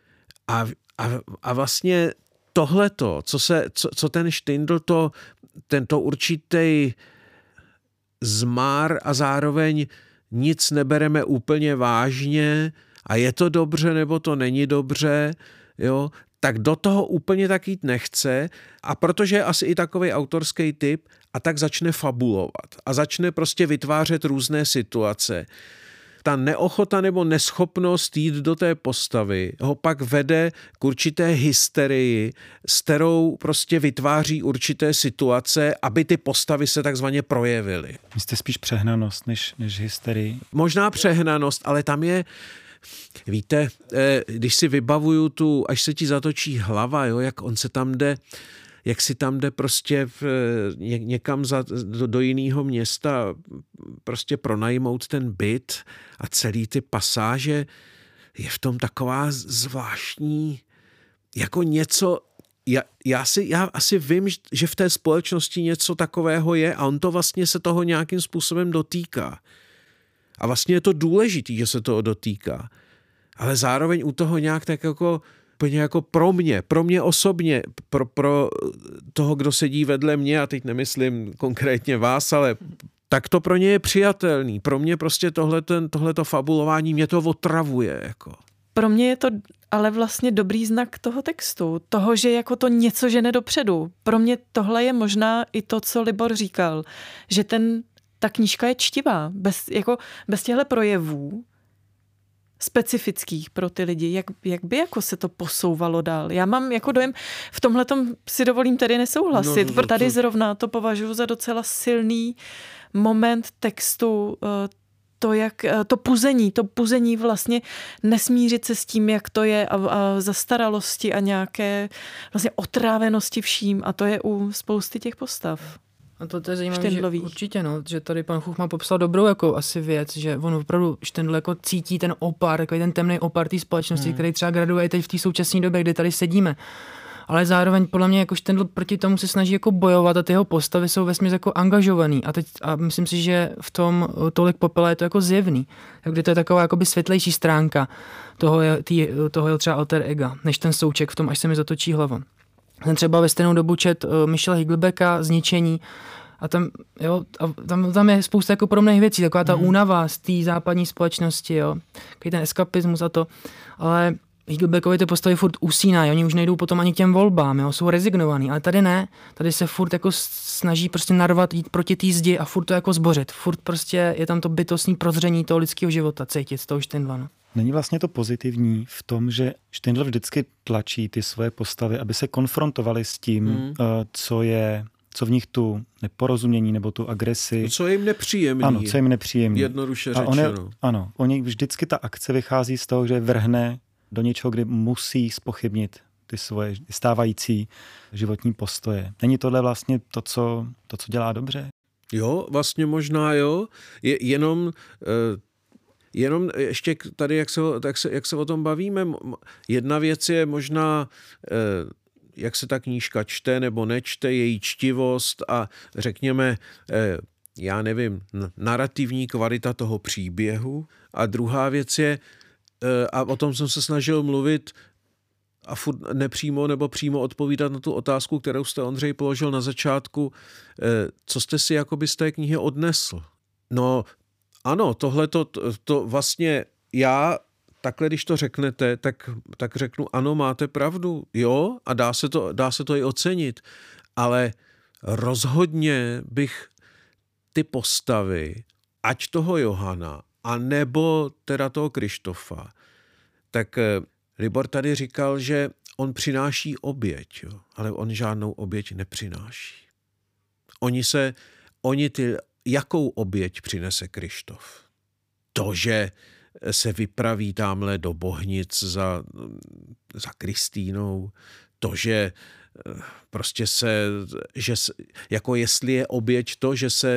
A vlastně tohleto, co ten Štindl, tento určitý zmár a zároveň nic nebereme úplně vážně a je to dobře nebo to není dobře, jo, tak do toho úplně tak jít nechce a protože je asi i takový autorský typ a tak začne fabulovat a začne prostě vytvářet různé situace. Ta neochota nebo neschopnost jít do té postavy ho pak vede k určité hysterii, s kterou prostě vytváří určité situace, aby ty postavy se takzvaně projevily. Vy jste spíš přehnanost než hysterii. Možná přehnanost, ale tam je, víte, když si vybavuju až se ti zatočí hlava, jo, jak on se tam jde, jak si tam jde prostě někam do jiného města prostě pronajmout ten byt a celý ty pasáže, je v tom taková zvláštní, jako něco, já asi vím, že v té společnosti něco takového je a on to vlastně se toho nějakým způsobem dotýká. A vlastně je to důležitý, že se toho dotýká. Ale zároveň u toho nějak tak jako pro mě osobně, pro toho, kdo sedí vedle mě, a teď nemyslím konkrétně vás, ale tak to pro ně je přijatelný. Pro mě prostě tohleto fabulování mě to otravuje. Jako. Pro mě je to ale vlastně dobrý znak toho textu, toho, že jako to něco žene dopředu. Pro mě tohle je možná i to, co Libor říkal, že ta knížka je čtivá. Bez těchto projevů specifických pro ty lidi, jak by jako se to posouvalo dál. Já mám jako dojem, v tomhletom si dovolím tedy nesouhlasit, protože tady zrovna to považuji za docela silný moment textu, to puzení vlastně nesmířit se s tím, jak to je a zastaralosti a nějaké vlastně otrávenosti vším a to je u spousty těch postav. A to je zajímavé, že určitě, že tady pan Chuchma popsal dobrou jako asi věc, že on opravdu Štendl jako cítí ten opar, takový ten temný opar té společnosti, který třeba graduje i teď v té současné době, kdy tady sedíme. Ale zároveň podle mě jako Štendl proti tomu se snaží jako bojovat a ty jeho postavy jsou vesměs jako angažovaný. A myslím si, že v tom Tolik popela je to jako zjevný. Kdy to je taková jakoby světlejší stránka toho třeba alter ega, než ten Souček v tom, až se mi zatočí hlava. Jsem třeba ve stejnou dobu čet Michela Higglebecka Zničení a tam je spousta jako podobných věcí, taková ta únava z té západní společnosti, jo, takový ten eskapismus a to, ale Higglebeckovi ty postavy furt usínají, oni už nejdou potom ani k těm volbám, jo, jsou rezignovaný, ale tady ne, tady se furt jako snaží prostě narvat, jít proti té zdi a furt to jako zbořit, furt prostě je tam to bytostný prozření toho lidského života cítit z toho Štendla, no. Není vlastně to pozitivní v tom, že Štendl vždycky tlačí ty svoje postavy, aby se konfrontovali s tím, co v nich tu neporozumění nebo tu agresi. Co je jim nepříjemný. Ano, co je jim nepříjemný. Jednoduše řečeno. Ano, oni vždycky ta akce vychází z toho, že vrhne do něčeho, kdy musí zpochybnit ty svoje stávající životní postoje. Není tohle vlastně to, co dělá dobře? Jo, vlastně možná jo. Jenom ještě tady, jak se o tom bavíme, jedna věc je možná, jak se ta knížka čte nebo nečte, její čtivost a řekněme, já nevím, narrativní kvalita toho příběhu. A druhá věc je, a o tom jsem se snažil mluvit a furt nepřímo nebo přímo odpovídat na tu otázku, kterou jste, Ondřej, položil na začátku, co jste si jakoby z té knihy odnesl. No, ano, tohle to vlastně já takhle, když to řeknete, tak řeknu, ano, máte pravdu, jo, a dá se to i ocenit, ale rozhodně bych ty postavy, ať toho Johana, a nebo teda toho Krištofa, tak Libor tady říkal, že on přináší oběť, jo, ale on žádnou oběť nepřináší. Jakou oběť přinese Krištof? To, že se vypraví tamhle do Bohnic za Kristýnou, to, že prostě jako jestli je oběť to,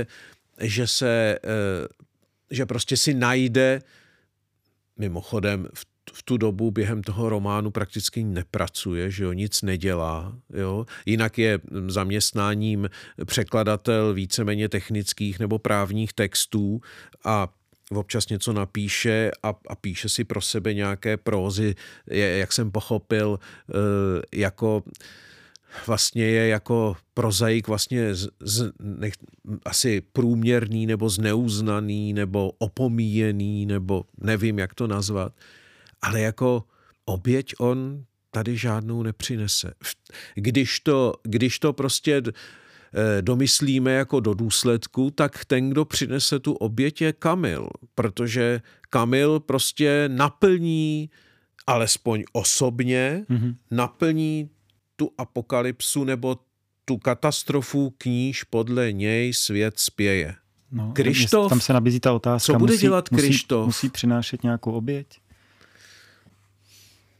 že prostě si najde, mimochodem v tu dobu během toho románu prakticky nepracuje, že jo, nic nedělá, jo. Jinak je zaměstnáním překladatel víceméně technických nebo právních textů a občas něco napíše a píše si pro sebe nějaké prózy, jak jsem pochopil, jako vlastně je jako prozaik vlastně asi průměrný nebo zneuznaný nebo opomíjený nebo nevím, jak to nazvat. Ale jako oběť on tady žádnou nepřinese. Když to prostě domyslíme jako do důsledku, tak ten, kdo přinese tu oběť, je Kamil. Protože Kamil prostě naplní, alespoň osobně, naplní tu apokalypsu nebo tu katastrofu, k níž podle něj svět spěje. No, Krištof, tam se nabízí ta otázka, co bude dělat Krištof? Musí přinášet nějakou oběť?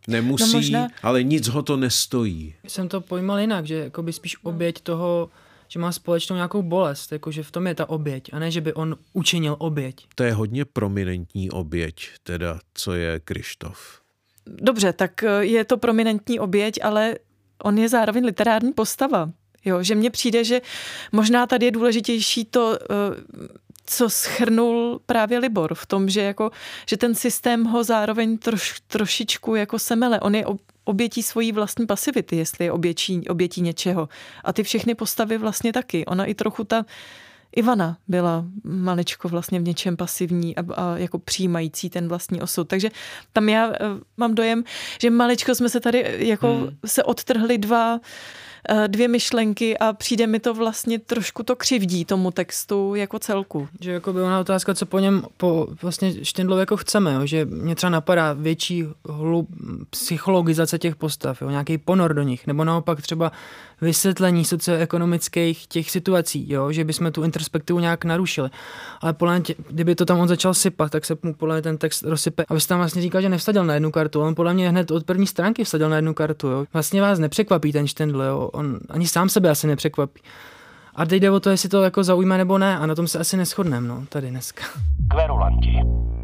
Nemusí, No možná... ale nic ho to nestojí. Jsem to pojmal jinak, že jakoby spíš oběť toho, že má společnou nějakou bolest, jakože v tom je ta oběť, a ne, že by on učinil oběť. To je hodně prominentní oběť, teda, co je Kryštof. Dobře, tak je to prominentní oběť, ale on je zároveň literární postava. Jo, že mně přijde, že možná tady je důležitější to, co shrnul právě Libor v tom, že, že ten systém ho zároveň trošičku jako semele. On je obětí svojí vlastní pasivity, jestli je obětí něčeho. A ty všechny postavy vlastně taky. Ona i trochu ta Ivana byla maličko vlastně v něčem pasivní a jako přijímající ten vlastní osud. Takže tam já mám dojem, že maličko jsme se tady jako se odtrhli dvě myšlenky a přijde mi to vlastně trošku to křivdí tomu textu jako celku. Že jako by ona otázka, co po něm, po vlastně Štindlovi jako chceme, jo? Že mě třeba napadá větší psychologizace těch postav, jo? Nějaký ponor do nich, nebo naopak třeba vysvětlení socioekonomických těch situací, jo? Že bychom tu introspektivu nějak narušili. Ale podle mě, kdyby to tam on začal sypat, tak se mu podle mě ten text rozsype. A vy jste tam vlastně říkal, že nevsadil na jednu kartu, on podle mě hned od první stránky vsadil na jednu kartu. Jo? Vlastně vás nepřekvapí ten Štindl, jo? On ani sám sebe asi nepřekvapí. A teď jde o to, jestli to jako zaujme nebo ne, a na tom se asi neshodneme, no, tady dneska. Kverulanti.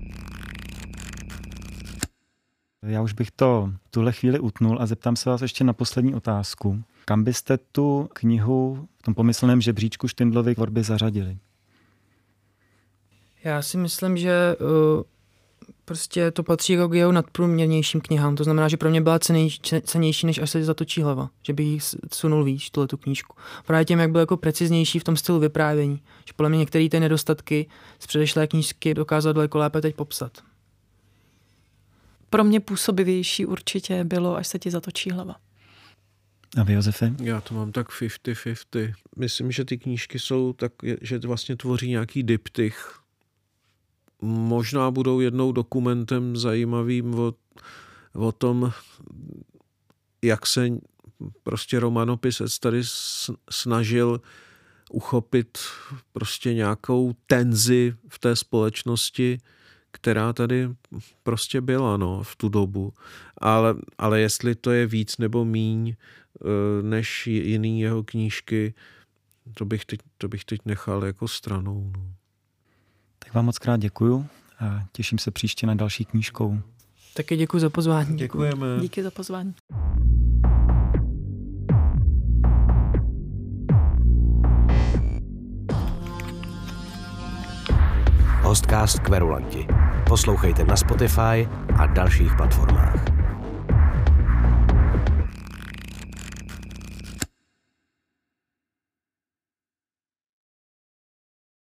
Já už bych to v tuhle chvíli utnul a zeptám se vás ještě na poslední otázku. Kam byste tu knihu v tom pomyslném žebříčku Štindlovy tvorby zařadili? Já si myslím, že prostě to patří jako k jeho nadprůměrnějším knihám. To znamená, že pro mě byla cenější, než až se zatočí hlava. Že bych jí sunul víc, tu knížku. Právě tím, jak byl jako preciznější v tom stylu vyprávění. Že podle mě některé ty nedostatky z předešlé knížky dokázal daleko lépe teď popsat. Pro mě působivější určitě bylo, až se ti zatočí hlava. A vy, Josefe? Já to mám tak 50-50. Myslím, že ty knížky jsou tak, že vlastně tvoří nějaký diptych. Možná budou jednou dokumentem zajímavým o tom, jak se prostě romanopisec tady snažil uchopit prostě nějakou tenzi v té společnosti, která tady prostě byla, no, v tu dobu. Ale jestli to je víc nebo míň než jiný jeho knížky, to bych teď nechal jako stranou, no. Tak vám moc krát děkuju a těším se příště na další knížkou. Taky děkuji za pozvání. Děkujeme. Díky za pozvání. Hostcast Kverulanti. Poslouchejte na Spotify a dalších platformách.